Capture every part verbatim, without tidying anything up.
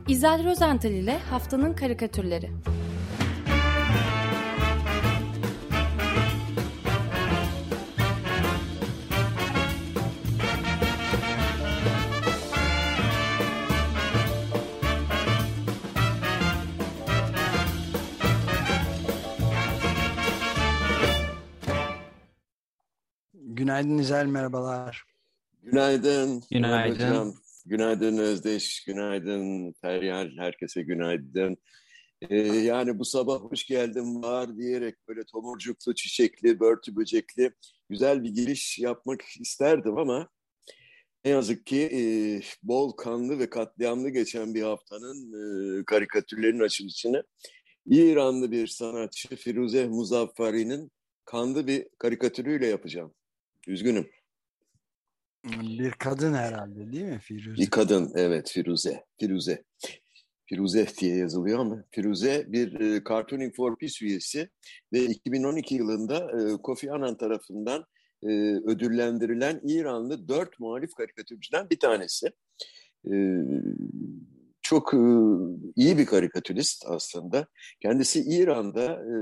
İzel Rozental ile Haftanın Karikatürleri. Günaydın İzel, merhabalar. Günaydın. Günaydın. Hocam. Günaydın Özdeş, günaydın Feryal, herkese günaydın. Ee, yani bu sabah hoş geldin var diyerek böyle tomurcuklu, çiçekli, börtü böcekli güzel bir giriş yapmak isterdim ama ne yazık ki e, bol kanlı ve katliamlı geçen bir haftanın e, karikatürlerin açılışını İranlı bir sanatçı Firuze Muzaffari'nin kanlı bir karikatürüyle yapacağım. Üzgünüm. Bir kadın herhalde değil mi Firuze? Bir kadın, evet, Firuze. Firuze. Firuze diye yazılıyor ama Firuze bir e, Cartooning for Peace üyesi ve iki bin on iki yılında e, Kofi Annan tarafından e, ödüllendirilen İranlı dört muhalif karikatürcüden bir tanesi. E, çok e, iyi bir karikatürist aslında. Kendisi İran'da e,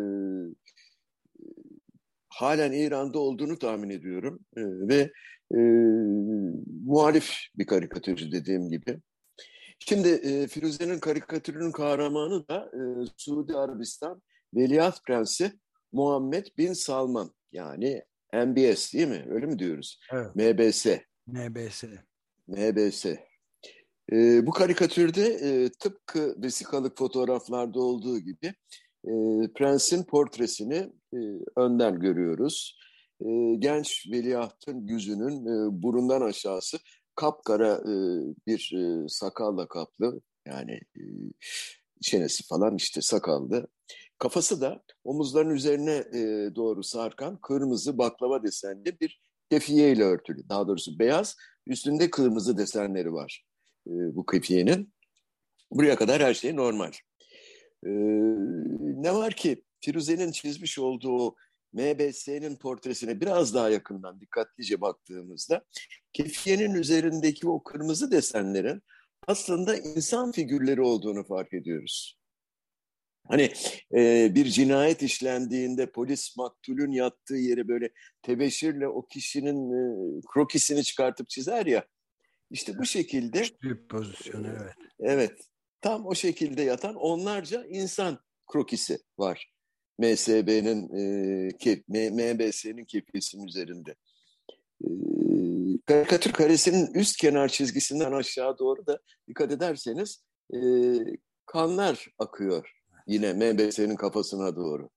halen İran'da olduğunu tahmin ediyorum e, ve e, muhalif bir karikatürcü dediğim gibi. Şimdi e, Firuze'nin karikatürünün kahramanı da e, Suudi Arabistan Veliaht Prensi Muhammed Bin Salman, yani M B S değil mi? Öyle mi diyoruz? Evet. M B S. M B S. M B S. E, bu karikatürde e, tıpkı vesikalık fotoğraflarda olduğu gibi e, prensin portresini e, önden görüyoruz. E, genç veliahtın yüzünün e, burundan aşağısı kapkara e, bir e, sakalla kaplı, yani e, çenesi falan işte sakallı. Kafası da omuzların üzerine e, doğru sarkan kırmızı baklava desenli bir kefiye ile örtülü. Daha doğrusu beyaz, üstünde kırmızı desenleri var e, bu kefiyenin. Buraya kadar her şey normal. E, ne var ki Firuze'nin çizmiş olduğu o M B S'nin portresine biraz daha yakından dikkatlice baktığımızda kefiyenin üzerindeki o kırmızı desenlerin aslında insan figürleri olduğunu fark ediyoruz. Hani e, bir cinayet işlendiğinde polis maktulün yattığı yeri böyle tebeşirle o kişinin e, krokisini çıkartıp çizer ya. İşte bu şekilde. Bir pozisyon, evet. Evet, tam o şekilde yatan onlarca insan krokisi var. M S B'nin, e, M B S'nin kefesinin üzerinde. E, karikatür karesinin üst kenar çizgisinden aşağı doğru da dikkat ederseniz e, kanlar akıyor yine M B S'nin kafasına doğru.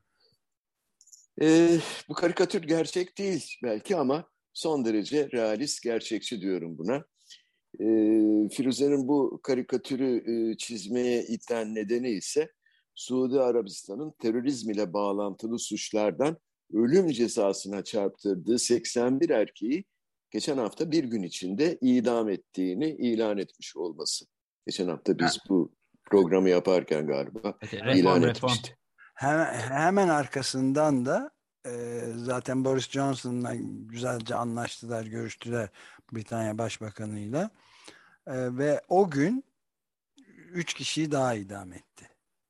E, bu karikatür gerçek değil belki ama son derece realist, gerçekçi diyorum buna. E, Firuze'nin bu karikatürü e, çizmeye iten nedeni ise Suudi Arabistan'ın terörizm ile bağlantılı suçlardan ölüm cezasına çarptırdığı seksen bir erkeği geçen hafta bir gün içinde idam ettiğini ilan etmiş olması. Geçen hafta biz bu programı yaparken galiba reform, ilan reform. etmişti. Hemen, hemen arkasından da e, zaten Boris Johnson'la güzelce anlaştılar, görüştüler Britanya Başbakanı'yla e, ve o gün üç kişiyi daha idam etti.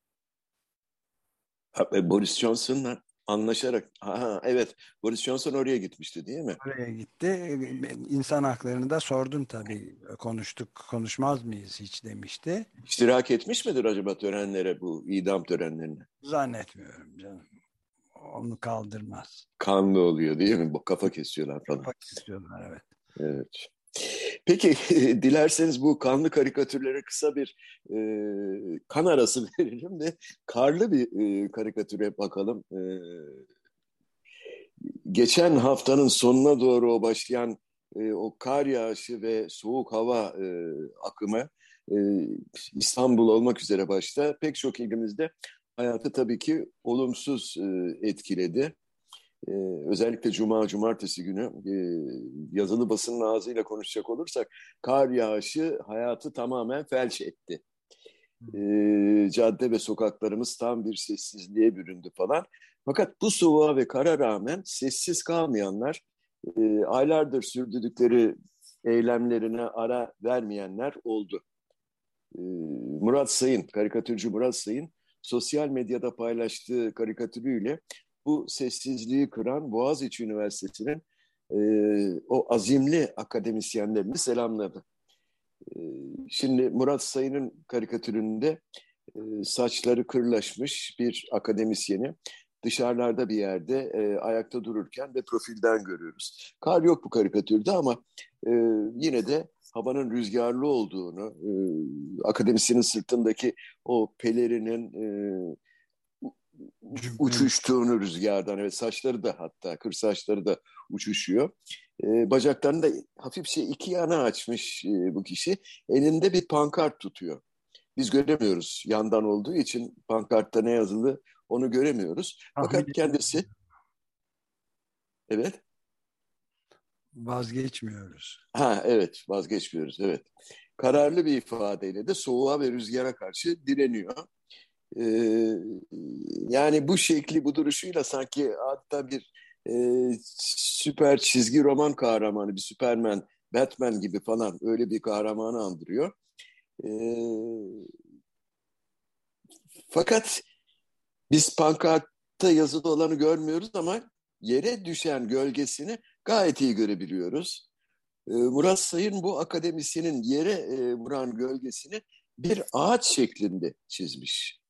Boris Johnson'la anlaşarak, ha, evet, Boris Johnson oraya gitmişti değil mi? Oraya gitti. İnsan haklarını da sordum tabii. Konuştuk, konuşmaz mıyız hiç demişti. İştirak etmiş midir acaba törenlere, bu idam törenlerine? Zannetmiyorum canım. Onu kaldırmaz. Kanlı oluyor değil mi? Kafa kesiyorlar falan. Kafa kesiyorlar, evet. Evet. Peki dilerseniz bu kanlı karikatürlere kısa bir e, kan arası verelim de karlı bir e, karikatüre bakalım. E, geçen haftanın sonuna doğru o başlayan e, o kar yağışı ve soğuk hava e, akımı e, İstanbul olmak üzere başta pek çok ilimizde hayatı tabii ki olumsuz e, etkiledi. Ee, özellikle Cuma, Cumartesi günü e, yazılı basının ağzıyla konuşacak olursak kar yağışı hayatı tamamen felç etti. E, cadde ve sokaklarımız tam bir sessizliğe büründü falan. Fakat bu soğuğa ve kara rağmen sessiz kalmayanlar, e, aylardır sürdürdükleri eylemlerine ara vermeyenler oldu. e, Murat Sayın, karikatürcü Murat Sayın sosyal medyada paylaştığı karikatürüyle bu sessizliği kıran Boğaziçi Üniversitesi'nin e, o azimli akademisyenlerini selamladı. E, şimdi Murat Sayın'ın karikatüründe e, saçları kırlaşmış bir akademisyeni dışarılarda bir yerde e, ayakta dururken ve profilden görüyoruz. Kar yok bu karikatürde ama e, yine de havanın rüzgarlı olduğunu, e, akademisyenin sırtındaki o pelerinin e, uçuştuğunu rüzgardan, evet, saçları da, hatta kır saçları da uçuşuyor. E, bacaklarını da hafifçe iki yana açmış e, bu kişi. Elinde bir pankart tutuyor. Biz göremiyoruz, yandan olduğu için pankartta ne yazılı onu göremiyoruz. Fakat kendisi, evet. Vazgeçmiyoruz. Ha evet, vazgeçmiyoruz, evet. Kararlı bir ifadeyle de soğuğa ve rüzgara karşı direniyor. Ee, yani bu şekli, bu duruşuyla sanki hatta bir e, süper çizgi roman kahramanı, bir Superman, Batman gibi falan öyle bir kahramanı andırıyor. Ee, fakat biz pankartta yazılı olanı görmüyoruz ama yere düşen gölgesini gayet iyi görebiliyoruz. Ee, Murat Sayın bu akademisyenin yere e, vuran gölgesini bir ağaç şeklinde çizmiş.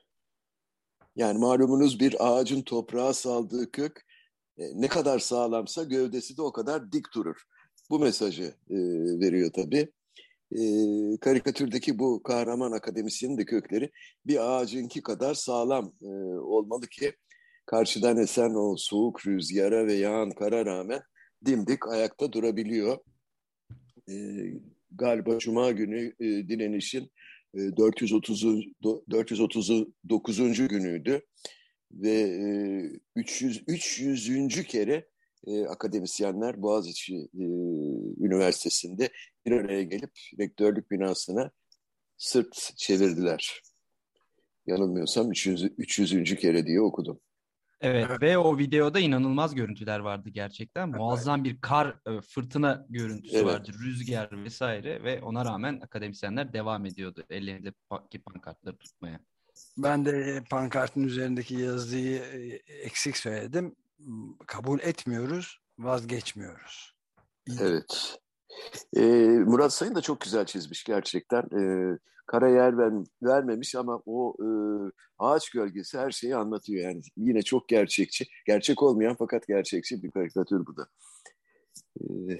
Yani malumunuz bir ağacın toprağa saldığı kök e, ne kadar sağlamsa gövdesi de o kadar dik durur. Bu mesajı e, veriyor tabii. E, karikatürdeki bu kahraman akademisyenin de kökleri bir ağacınki kadar sağlam e, olmalı ki karşıdan esen o soğuk rüzgara ve yağan kara rağmen dimdik ayakta durabiliyor. E, galiba Cuma günü e, direnişin e, dört yüz otuz dört yüz otuz dokuzuncu günüydü ve e, üç yüz üç yüzüncü kere e, akademisyenler Boğaziçi e, Üniversitesi'nde bir araya gelip rektörlük binasına sırt çevirdiler. Yanılmıyorsam üç yüz, üç yüzüncü kere diye okudum. Evet, evet ve o videoda inanılmaz görüntüler vardı gerçekten. Muazzam bir kar, e, fırtına görüntüsü evet. vardı. Rüzgar vesaire ve ona rağmen akademisyenler devam ediyordu ellerindeki pankartları tutmaya. Ben de pankartın üzerindeki yazıyı eksik söyledim. Kabul etmiyoruz, vazgeçmiyoruz. İyi. Evet. Ee, Murat Sayın da çok güzel çizmiş gerçekten. Ee, kara yer ver, vermemiş ama o e, ağaç gölgesi her şeyi anlatıyor. Yani yine çok gerçekçi. Gerçek olmayan fakat gerçekçi bir karikatür bu da. Ee,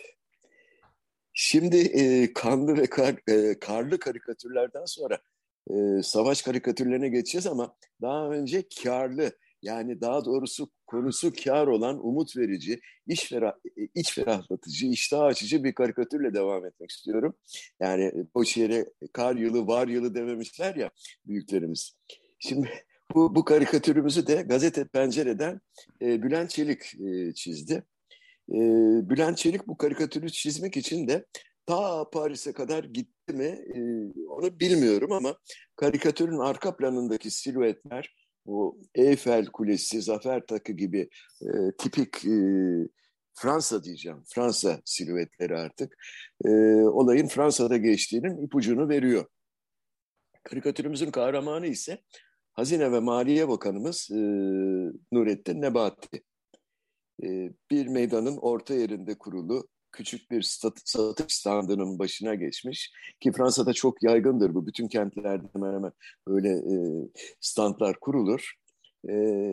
şimdi e, kanlı ve kar, e, karlı karikatürlerden sonra e, savaş karikatürlerine geçeceğiz ama daha önce karlı, yani daha doğrusu konusu kar olan, umut verici, iç, ferah, iç ferahlatıcı, iştah açıcı bir karikatürle devam etmek istiyorum. Yani boş yere kar yılı, var yılı dememişler ya büyüklerimiz. Şimdi bu, bu karikatürümüzü de Gazete Pencere'den e, Bülent Çelik e, çizdi. E, Bülent Çelik bu karikatürü çizmek için de ta Paris'e kadar gitti mi e, onu bilmiyorum ama karikatürün arka planındaki silüetler, o Eyfel Kulesi, Zafer Takı gibi e, tipik e, Fransa diyeceğim, Fransa silüetleri artık e, olayın Fransa'da geçtiğinin ipucunu veriyor. Karikatürümüzün kahramanı ise Hazine ve Maliye Bakanımız e, Nurettin Nebati. E, bir meydanın orta yerinde kurulu küçük bir satış standının başına geçmiş ki Fransa'da çok yaygındır bu. Bütün kentlerde hemen hemen böyle e, standlar kurulur. E,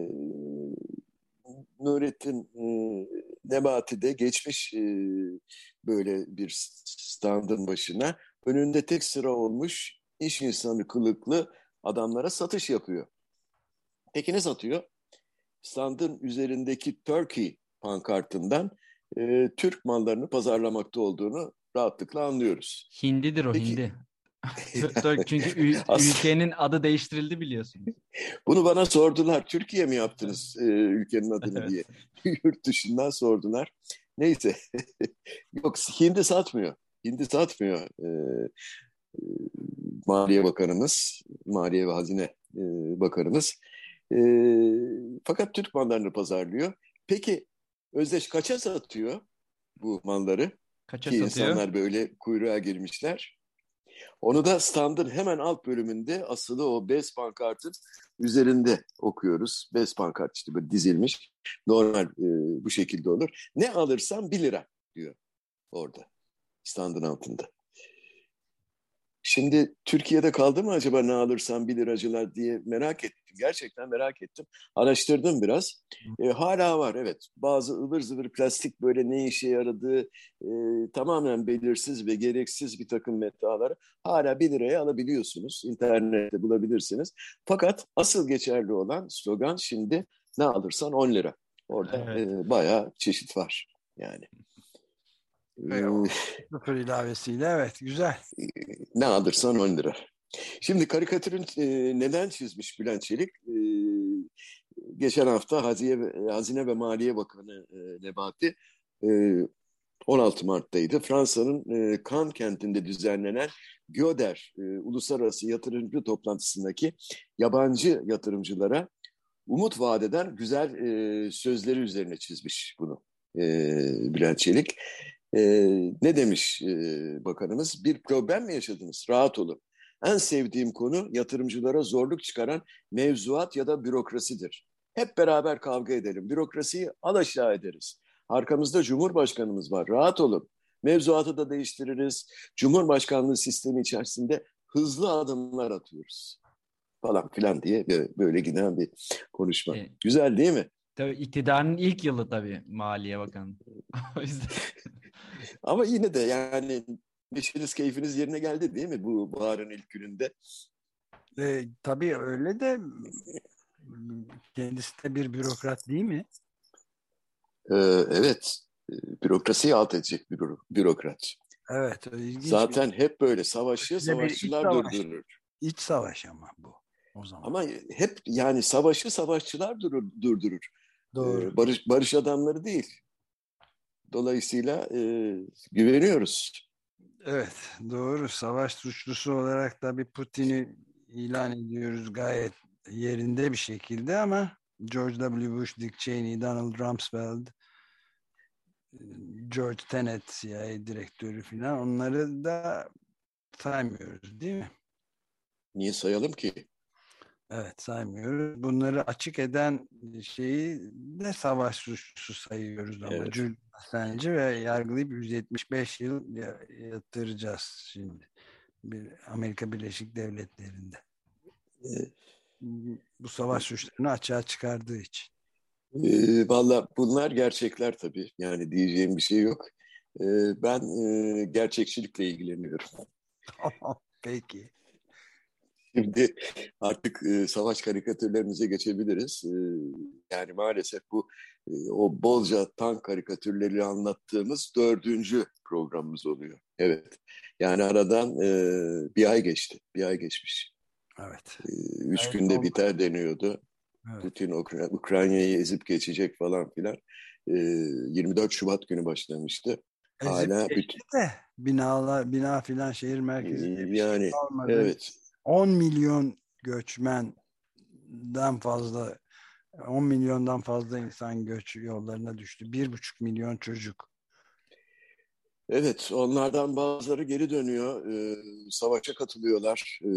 Nurettin e, Nebati de geçmiş e, böyle bir standın başına. Önünde tek sıra olmuş iş insanı kılıklı adamlara satış yapıyor. Peki ne satıyor? Standın üzerindeki Turkey pankartından e, Türk mallarını pazarlamakta olduğunu rahatlıkla anlıyoruz. Hindidir o. Peki, hindi. Çünkü ül- ülkenin adı değiştirildi biliyorsunuz. Bunu bana sordular. Türkiye mi yaptınız e, ülkenin adını evet. diye. Yurt dışından sordular. Neyse. Yok, hindi satmıyor. Hindi satmıyor. E, e, Maliye Bakanımız, Maliye ve Hazine e, Bakanımız. E, fakat Türk mallarını pazarlıyor. Peki Özdeş kaça satıyor bu malları? Kaça Ki satıyor? insanlar böyle kuyruğa girmişler. Onu da standın hemen alt bölümünde asılı o bez pankartın üzerinde okuyoruz. Bez pankart işte böyle dizilmiş. Normal e, bu şekilde olur. Ne alırsan bir lira diyor orada standın altında. Şimdi Türkiye'de kaldı mı acaba ne alırsan bir liracılar diye merak ettim. Gerçekten merak ettim. Araştırdım biraz. E, hala var evet. Bazı ıvır zıvır plastik böyle ne işe yaradığı e, tamamen belirsiz ve gereksiz bir takım metaları hala bir liraya alabiliyorsunuz. İnternette bulabilirsiniz. Fakat asıl geçerli olan slogan şimdi ne alırsan on lira. Orada Evet. e, bayağı çeşit var yani. Ve o sıfır ilavesiyle evet güzel. Ne alırsan on lira. Şimdi karikatürün e, neden çizmiş Bülent Çelik? E, geçen hafta Hazine, Hazine ve Maliye Bakanı e, Nebati e, on altı Mart'taydı. Fransa'nın e, Cannes kentinde düzenlenen GÖDER e, Uluslararası Yatırımcı Toplantısındaki yabancı yatırımcılara umut vaat eden güzel e, sözleri üzerine çizmiş bunu e, Bülent Çelik. E, ne demiş e, bakanımız? Bir problem mi yaşadınız? Rahat olun. En sevdiğim konu yatırımcılara zorluk çıkaran mevzuat ya da bürokrasidir. Hep beraber kavga edelim. Bürokrasiyi alaşağı ederiz. Arkamızda Cumhurbaşkanımız var. Rahat olun. Mevzuatı da değiştiririz. Cumhurbaşkanlığı sistemi içerisinde hızlı adımlar atıyoruz. Falan filan diye böyle giden bir konuşma. Evet. Güzel değil mi? Tabii iktidarın ilk yılı tabii Maliye Bakanı. O yüzden. Ama yine de yani neşeniz keyfiniz yerine geldi değil mi bu baharın ilk gününde? E, tabii öyle de kendisi de bir bürokrat değil mi? Ee, evet. Bürokrasiyi alt edecek bir büro- bürokrat. Evet. İlginç Zaten bir, hep böyle savaşı savaşçılar savaş. durdurur. İç savaş ama bu o zaman. Ama hep yani savaşı savaşçılar durur, durdurur. Doğru. Ee, barış, barış adamları değil. Dolayısıyla e, güveniyoruz. Evet, doğru. Savaş suçlusu olarak da bir Putin'i ilan ediyoruz gayet yerinde bir şekilde ama George W. Bush, Dick Cheney, Donald Rumsfeld, George Tenet, C I A direktörü falan onları da saymıyoruz değil mi? Niye sayalım ki? Evet, saymıyoruz. Bunları açık eden şeyi de savaş suçlusu sayıyoruz ama Evet. Julian Assange'i ve yargılayıp yüz yetmiş beş yıl yatıracağız şimdi. Bir Amerika Birleşik Devletleri'nde. Evet. Bu savaş suçlarını açığa çıkardığı için. E, Valla bunlar gerçekler tabii. Yani diyeceğim bir şey yok. E, ben e, gerçekçilikle ilgileniyorum. Peki. Şimdi artık e, savaş karikatürlerimize geçebiliriz. E, yani maalesef bu e, o bolca tank karikatürleri anlattığımız dördüncü programımız oluyor. Evet. Yani aradan e, bir ay geçti. Bir ay geçmiş. Evet. E, üç Evet, günde oldu. biter deniyordu. Evet. Putin Ukra- Ukrayna'yı ezip geçecek falan filan. E, yirmi dört Şubat günü başlamıştı. Ezip Hala geçti bütün de binalar, bina filan şehir merkezinde bir şey yani kalmadı. evet. on milyon göçmenden fazla on milyondan fazla insan göç yollarına düştü. Bir buçuk milyon çocuk. Evet, onlardan bazıları geri dönüyor, e, savaşa katılıyorlar. E,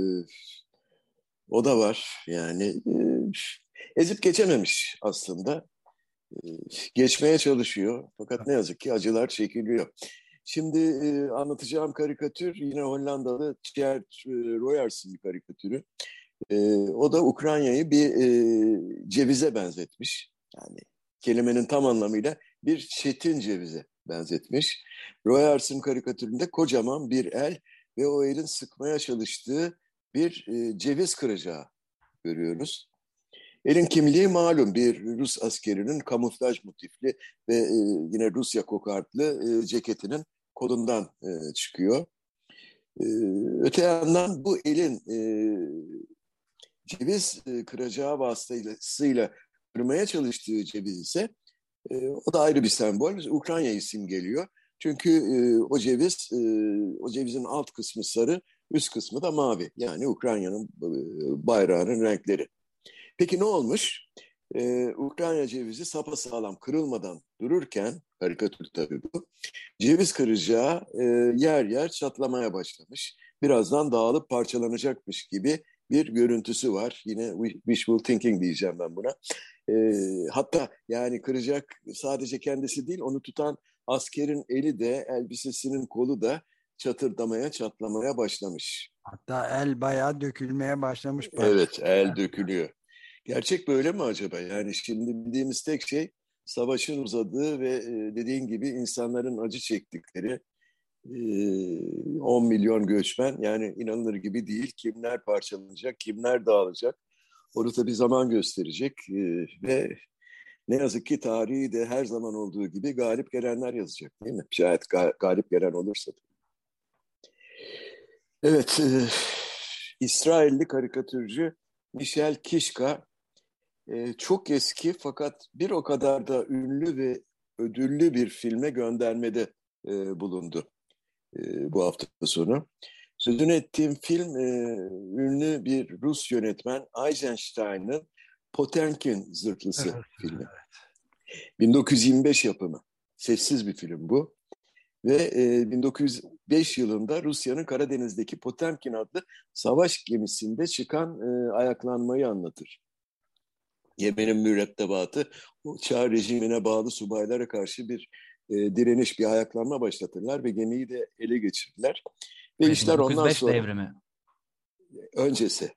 o da var yani. E, ezip geçememiş aslında. E, geçmeye çalışıyor. Fakat ne yazık ki acılar çekiliyor. Şimdi e, anlatacağım karikatür yine Hollandalı Tjeerd e, Royers'in bir karikatürü. E, o da Ukrayna'yı bir e, cevize benzetmiş. Yani kelimenin tam anlamıyla bir çetin cevize benzetmiş. Royers'in karikatüründe kocaman bir el ve o elin sıkmaya çalıştığı bir e, ceviz kıracağı görüyoruz. Elin kimliği malum bir Rus askerinin kamuflaj motifli ve e, yine Rusya kokartlı e, ceketinin kolundan e, çıkıyor. E, öte yandan bu elin e, ceviz e, kıracağı vasıtasıyla kırmaya çalıştığı ceviz ise e, o da ayrı bir sembol. Ukrayna'yı simgeliyor. Çünkü e, o ceviz, e, o cevizin alt kısmı sarı, üst kısmı da mavi. Yani Ukrayna'nın e, bayrağının renkleri. Peki ne olmuş? Ee, Ukrayna cevizi sapasağlam kırılmadan dururken, karikatür tabii bu, ceviz kıracağı e, yer yer çatlamaya başlamış. birazdan dağılıp parçalanacakmış gibi bir görüntüsü var. Yine wishful thinking diyeceğim ben buna. E, hatta yani kıracak sadece kendisi değil, onu tutan askerin eli de, elbisesinin kolu da çatırdamaya, çatlamaya başlamış. Hatta el bayağı dökülmeye başlamış parça. Evet, el dökülüyor. Gerçek böyle mi acaba? Yani şimdi bildiğimiz tek şey savaşın uzadığı ve dediğin gibi insanların acı çektikleri on milyon göçmen, yani inanılır gibi değil. Kimler parçalanacak, kimler dağılacak? Onu tabii zaman gösterecek ve ne yazık ki tarihi de her zaman olduğu gibi galip gelenler yazacak, değil mi? Şayet galip gelen olursa. Evet, e, İsrailli karikatürcü Michel Kishka e, çok eski fakat bir o kadar da ünlü ve ödüllü bir filme göndermede e, bulundu e, bu hafta sonu. Sözünü ettiğim film e, ünlü bir Rus yönetmen Eisenstein'ın Potemkin Zırhlısı Evet, filmi. evet. bin dokuz yüz yirmi beş yapımı. Sessiz bir film bu. Ve e, bin dokuz yüz beş yılında Rusya'nın Karadeniz'deki Potemkin adlı savaş gemisinde çıkan e, ayaklanmayı anlatır. Yemen'in mürettebatı o Çar rejimine bağlı subaylara karşı bir e, direniş, bir ayaklanma başlatırlar ve gemiyi de ele geçirirler. Ve işler ondan bin dokuz yüz beş sonra... devrimi. Öncesi.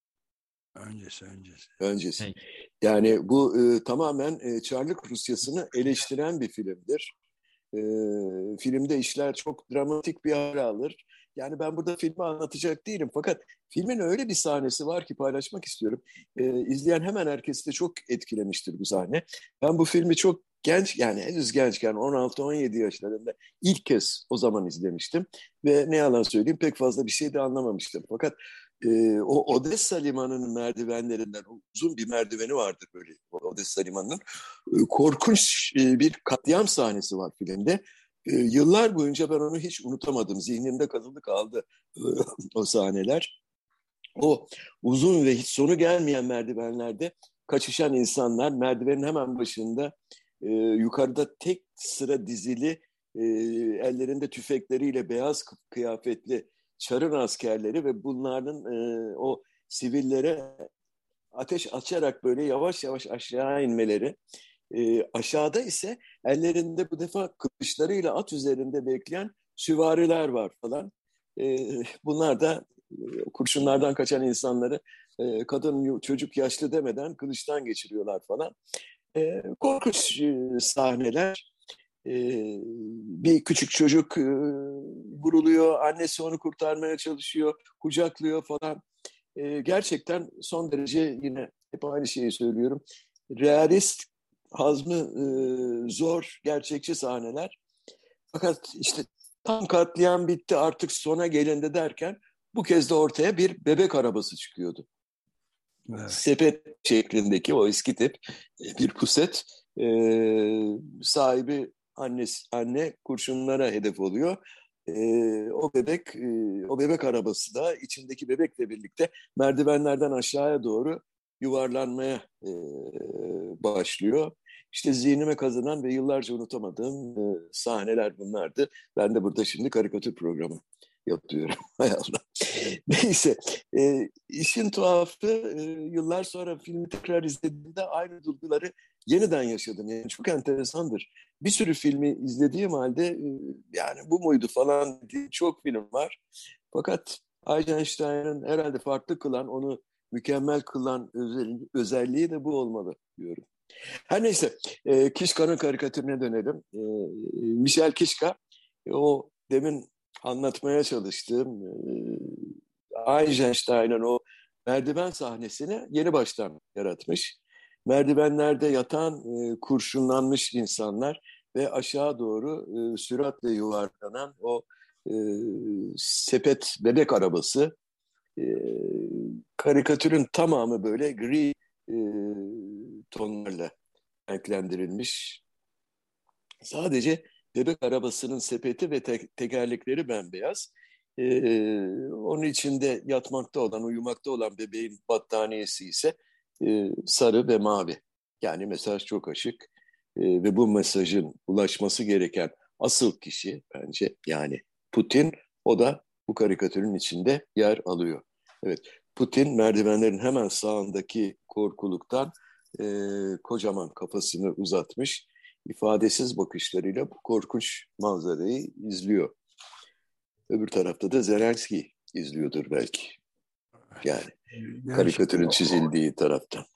Öncesi, öncesi. Öncesi. Hey. Yani bu e, tamamen e, Çarlık Rusyası'nı eleştiren bir filmdir. E, filmde işler çok dramatik bir hale alır. Yani ben burada filmi anlatacak değilim. Fakat filmin öyle bir sahnesi var ki paylaşmak istiyorum. E, izleyen hemen herkesi de çok etkilemiştir bu sahne. Ben bu filmi çok genç, yani henüz gençken on altı on yedi yaşlarında ilk kez o zaman izlemiştim. Ve ne yalan söyleyeyim pek fazla bir şey de anlamamıştım. Fakat e, o Odessa limanının merdivenlerinden, uzun bir merdiveni vardır böyle Odessa limanının. E, korkunç e, bir katliam sahnesi var filmde. E, yıllar boyunca ben onu hiç unutamadım. Zihnimde kazılı kaldı e, o sahneler. O uzun ve hiç sonu gelmeyen merdivenlerde kaçışan insanlar, merdivenin hemen başında e, yukarıda tek sıra dizili e, ellerinde tüfekleriyle beyaz kıyafetli Çar'ın askerleri ve bunların e, o sivillere ateş açarak böyle yavaş yavaş aşağı inmeleri. E, aşağıda ise ellerinde bu defa kılıçlarıyla at üzerinde bekleyen süvariler var falan. E, bunlar da e, kurşunlardan kaçan insanları e, kadın, çocuk, yaşlı demeden kılıçtan geçiriyorlar falan. E, korkunç e, sahneler. E, bir küçük çocuk e, vuruluyor, annesi onu kurtarmaya çalışıyor, kucaklıyor falan. E, gerçekten son derece, yine hep aynı şeyi söylüyorum, realist, hazmı e, zor, gerçekçi sahneler. Fakat işte tam katliam bitti, artık sona gelindi derken bu kez de ortaya bir bebek arabası çıkıyordu. Evet. Sepet şeklindeki o eski tip bir puset, e, sahibi annesi, anne kurşunlara hedef oluyor. E, o bebek e, o bebek arabası da içindeki bebekle birlikte merdivenlerden aşağıya doğru yuvarlanmaya e, başlıyor. İşte zihnime kazınan ve yıllarca unutamadığım e, sahneler bunlardı. Ben de burada şimdi karikatür programı yapıyorum. Hay Allah. Neyse, e, işin tuhafı e, yıllar sonra filmi tekrar izlediğimde aynı duyguları yeniden yaşadım. Yani çok enteresandır. Bir sürü filmi izlediğim halde e, yani bu muydu falan dediğim çok film var. Fakat Eisenstein'ın herhalde farklı kılan, onu mükemmel kılan özel, özelliği de bu olmalı diyorum. Her neyse, e, Kishka'nın karikatürüne dönelim. E, Michel Kishka, e, o demin anlatmaya çalıştığım e, Eisenstein'ın o merdiven sahnesini yeni baştan yaratmış. Merdivenlerde yatan e, kurşunlanmış insanlar ve aşağı doğru e, süratle yuvarlanan o e, sepet bebek arabası. E, karikatürün tamamı böyle gri e, tonlarla renklendirilmiş. Sadece bebek arabasının sepeti ve te- tekerlekleri bembeyaz. Ee, onun içinde yatmakta olan, uyumakta olan bebeğin battaniyesi ise e, sarı ve mavi. Yani mesaj çok açık. E, ve bu mesajın ulaşması gereken asıl kişi bence, yani Putin, o da bu karikatürün içinde yer alıyor. Evet, Putin merdivenlerin hemen sağındaki korkuluktan e, kocaman kafasını uzatmış, ifadesiz bakışlarıyla bu korkunç manzarayı izliyor. Öbür tarafta da Zelenski izliyordur belki. Yani karikatürün çizildiği taraftan.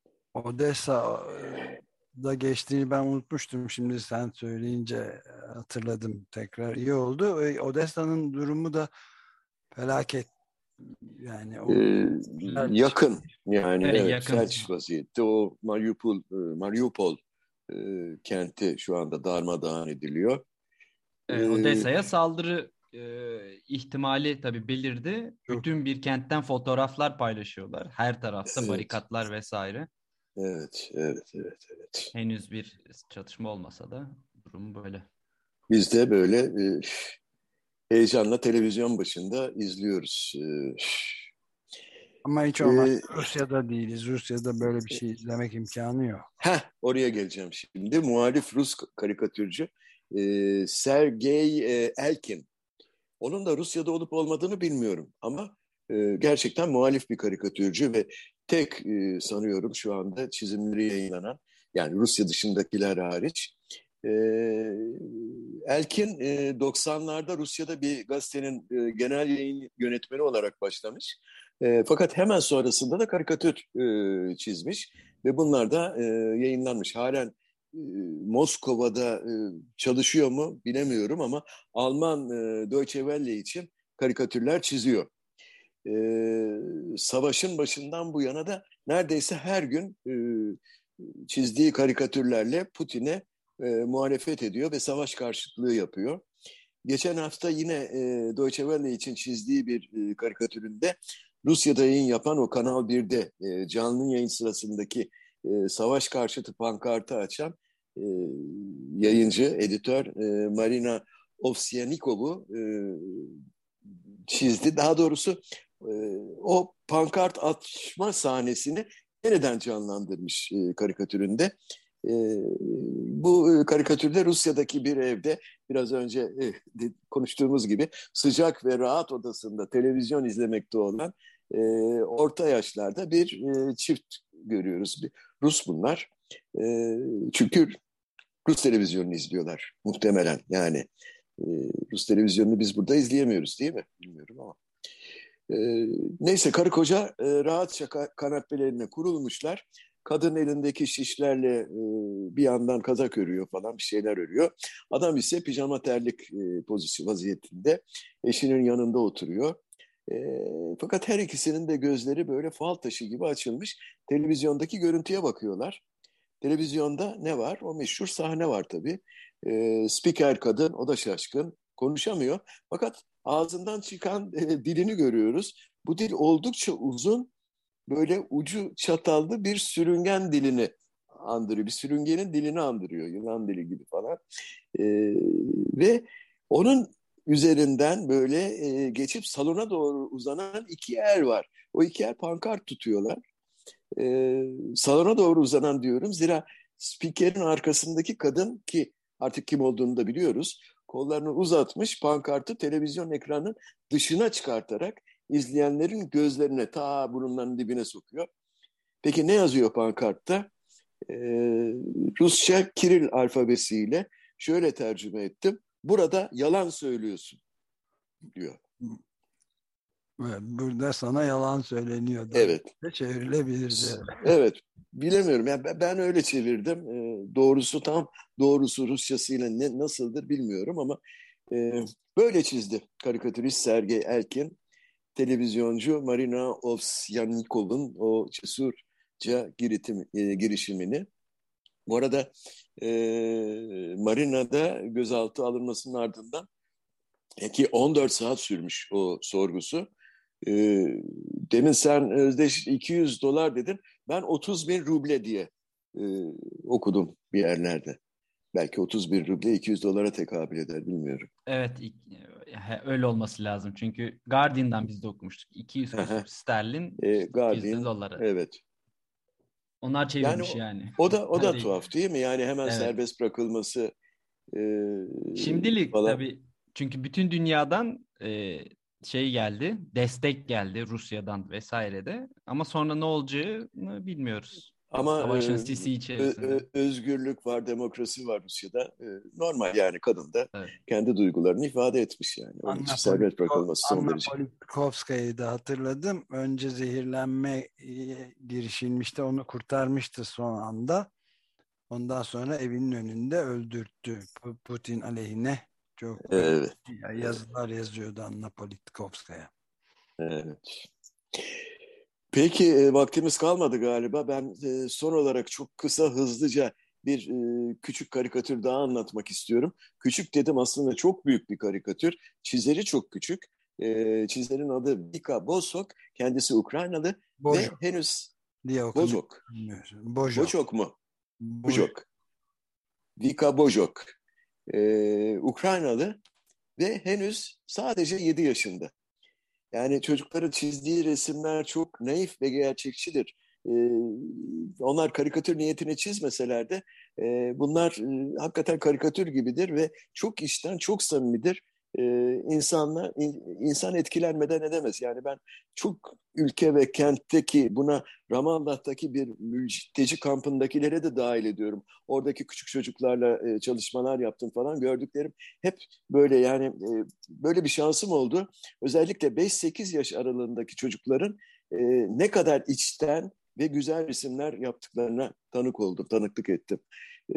Odessa'da geçtiğini ben unutmuştum. Şimdi sen söyleyince hatırladım tekrar. İyi oldu. Odessa'nın durumu da felaket. Yani o ee, yakın yani evet, evet, yakın. felç vaziyette. O Mariupol Mariupol e, kenti şu anda darmadağın ediliyor. Evet, Odessa'ya saldırı e, ihtimali tabii belirdi. Çok. Bütün bir kentten fotoğraflar paylaşıyorlar. Her tarafta Evet. barikatlar vesaire. Evet, evet, evet, evet. Henüz bir çatışma olmasa da durum böyle. Biz de böyle e, heyecanla televizyon başında izliyoruz. E, Ama hiç olmaz. Ee, Rusya'da değiliz. Rusya'da böyle bir şey izlemek imkanı yok. Heh, oraya geleceğim şimdi. Muhalif Rus karikatürcü e, Sergey e, Elkin. Onun da Rusya'da olup olmadığını bilmiyorum. Ama e, gerçekten muhalif bir karikatürcü ve tek e, sanıyorum şu anda çizimleri yayınlanan, yani Rusya dışındakiler hariç. E, Elkin e, doksanlarda Rusya'da bir gazetenin e, genel yayın yönetmeni olarak başlamış. E, fakat hemen sonrasında da karikatür e, çizmiş ve bunlar da e, yayınlanmış. Halen e, Moskova'da e, çalışıyor mu bilemiyorum ama Alman e, Deutsche Welle için karikatürler çiziyor. E, savaşın başından bu yana da neredeyse her gün e, çizdiği karikatürlerle Putin'e e, muhalefet ediyor ve savaş karşıtlığı yapıyor. Geçen hafta yine e, Deutsche Welle için çizdiği bir e, karikatüründe Rusya'da yayın yapan o Kanal birde e, canlı yayın sırasındaki e, savaş karşıtı pankartı açan e, yayıncı, editör e, Marina Ovsyannikov'u e, çizdi. Daha doğrusu e, o pankart açma sahnesini yeniden canlandırmış e, karikatüründe. E, bu karikatürde Rusya'daki bir evde biraz önce e, konuştuğumuz gibi sıcak ve rahat odasında televizyon izlemekte olan e, orta yaşlarda bir e, çift görüyoruz. Bir, Rus bunlar. E, çünkü Rus televizyonunu izliyorlar muhtemelen. Yani e, Rus televizyonunu biz burada izleyemiyoruz değil mi? Bilmiyorum ama. E, neyse karı koca e, rahatça kanapelerine kurulmuşlar. Kadın elindeki şişlerle e, bir yandan kazak örüyor falan, bir şeyler örüyor. Adam ise pijama terlik e, pozisyon vaziyetinde eşinin yanında oturuyor. E, fakat her ikisinin de gözleri böyle fal taşı gibi açılmış. Televizyondaki görüntüye bakıyorlar. Televizyonda ne var? O meşhur sahne var tabii. E, spiker kadın, o da şaşkın. Konuşamıyor. Fakat ağzından çıkan e, dilini görüyoruz. Bu dil oldukça uzun, böyle ucu çatallı bir sürüngen dilini andırıyor. Bir sürüngenin dilini andırıyor. Yılan dili gibi falan. E, ve onun üzerinden böyle e, geçip salona doğru uzanan iki er var. O iki er pankart tutuyorlar. E, salona doğru uzanan diyorum. Zira spikerin arkasındaki kadın, ki artık kim olduğunu da biliyoruz, kollarını uzatmış, pankartı televizyon ekranının dışına çıkartarak izleyenlerin gözlerine, ta burunlarının dibine sokuyor. Peki ne yazıyor pankartta? Ee, Rusça Kiril alfabesiyle şöyle tercüme ettim. Burada yalan söylüyorsun diyor. Burada sana yalan söyleniyor. Evet. Çevrilebilirdi. Evet. Bilemiyorum. Yani ben öyle çevirdim. Ee, doğrusu tam doğrusu Rusçasıyla ne, nasıldır bilmiyorum ama e, böyle çizdi karikatürist Sergey Elkin. Televizyoncu Marina Ovsyannikov'un o cesurca giritim, e, girişimini. Bu arada e, Marina'da gözaltı alınmasının ardından e, ki on dört saat sürmüş o sorgusu. E, demin sen Özdeş iki yüz dolar dedin. Ben otuz bin ruble diye e, okudum bir yerlerde. Belki otuz bin ruble iki yüz dolara tekabül eder, bilmiyorum. Evet, öyle olması lazım. Çünkü Guardian'dan biz de okumuştuk. iki yüz küsur sterlin, e, Guardian, yüz doları. Evet. Onlar çevirmiş yani. yani. O, o da o da tuhaf değil mi? Yani hemen evet. serbest bırakılması e, Şimdilik falan. Tabii. Çünkü bütün dünyadan e, şey geldi, destek geldi Rusya'dan vesaire de. Ama sonra ne olacağını bilmiyoruz. Ama Savaşın e, sisi ö- içerisinde. ö- özgürlük var, demokrasi var Rusya'da. E, normal yani kadın da Evet. kendi duygularını ifade etmiş yani. Onun için Anna, serbest Politko- bırakılması son Anna derece. Politkovskaya'yı da hatırladım. Önce zehirlenme girişilmişti. Onu kurtarmıştı son anda. Ondan sonra evinin önünde öldürttü. P- Putin aleyhine çok Evet, yazılar yazıyordu Anna Politkovskaya. evet. Peki e, vaktimiz kalmadı galiba. Ben e, son olarak çok kısa, hızlıca bir e, küçük karikatür daha anlatmak istiyorum. Küçük dedim, aslında çok büyük bir karikatür. Çizeri çok küçük. E, çizerin adı Vika Bozok. Kendisi Ukraynalı Bojok ve henüz diye okunuyor. Bozok. Bojok. Bozok mu? Bojok. Bozok. Vika Bozok. E, Ukraynalı ve henüz sadece yedi yaşında. Yani çocukların çizdiği resimler çok naif ve gerçekçidir. Ee, onlar karikatür niyetine çizmeseler de e, bunlar e, hakikaten karikatür gibidir ve çok içten, çok samimidir. Ee, insanla in, insan etkilenmeden edemez. Yani ben çok ülke ve kentteki, buna Ramallah'taki bir mülteci kampındakilere de dahil ediyorum. Oradaki küçük çocuklarla e, çalışmalar yaptım falan, gördüklerim hep böyle, yani e, böyle bir şansım oldu. Özellikle beş sekiz yaş aralığındaki çocukların e, ne kadar içten ve güzel resimler yaptıklarına tanık oldum, tanıklık ettim. E,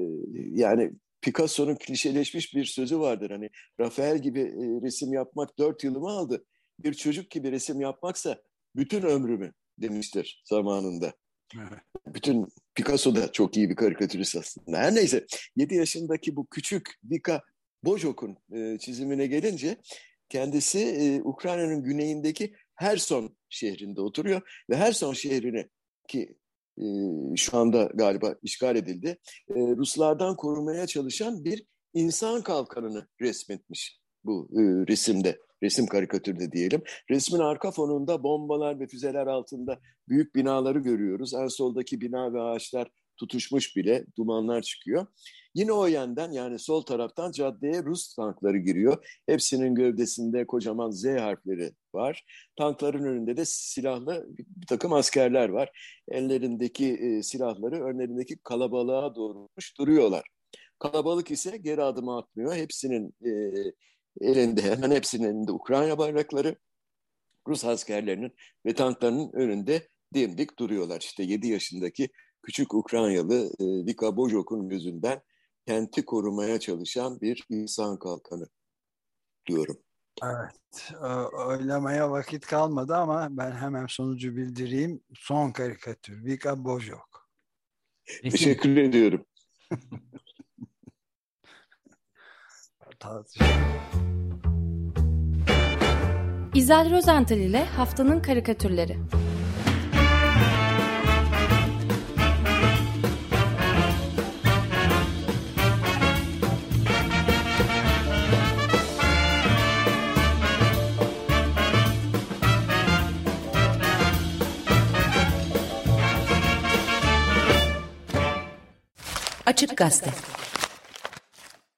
yani Picasso'nun klişeleşmiş bir sözü vardır. Hani Rafael gibi e, resim yapmak dört yılımı aldı. Bir çocuk gibi resim yapmaksa bütün ömrümü demiştir zamanında. Evet. Bütün Picasso da çok iyi bir karikatürist aslında. Her neyse, yedi yaşındaki bu küçük Vika Bozok'un e, çizimine gelince, kendisi e, Ukrayna'nın güneyindeki Herson şehrinde oturuyor ve Herson şehrini, ki e, şu anda galiba işgal edildi, e, Ruslardan korumaya çalışan bir insan kalkanını resmetmiş bu e, resimde. Resim karikatürde diyelim. Resmin arka fonunda bombalar ve füzeler altında büyük binaları görüyoruz. En soldaki bina ve ağaçlar tutuşmuş bile, dumanlar çıkıyor. Yine o yandan, yani sol taraftan caddeye Rus tankları giriyor. Hepsinin gövdesinde kocaman Z harfleri var. Tankların önünde de silahlı bir, bir takım askerler var. Ellerindeki e, silahları önlerindeki kalabalığa doğrulmuş duruyorlar. Kalabalık ise geri adım atmıyor. Hepsinin e, elinde, hemen hepsinin elinde Ukrayna bayrakları. Rus askerlerinin ve tanklarının önünde dimdik duruyorlar. İşte yedi yaşındaki küçük Ukraynalı e, Vika Bozok'un gözünden kenti korumaya çalışan bir insan kalkanı diyorum. Evet. Oylamaya vakit kalmadı ama ben hemen sonucu bildireyim. Son karikatür. Vika Bozok. Resim. Teşekkür ediyorum. İzel Rozental ile Haftanın Karikatürleri. Açık Gazete.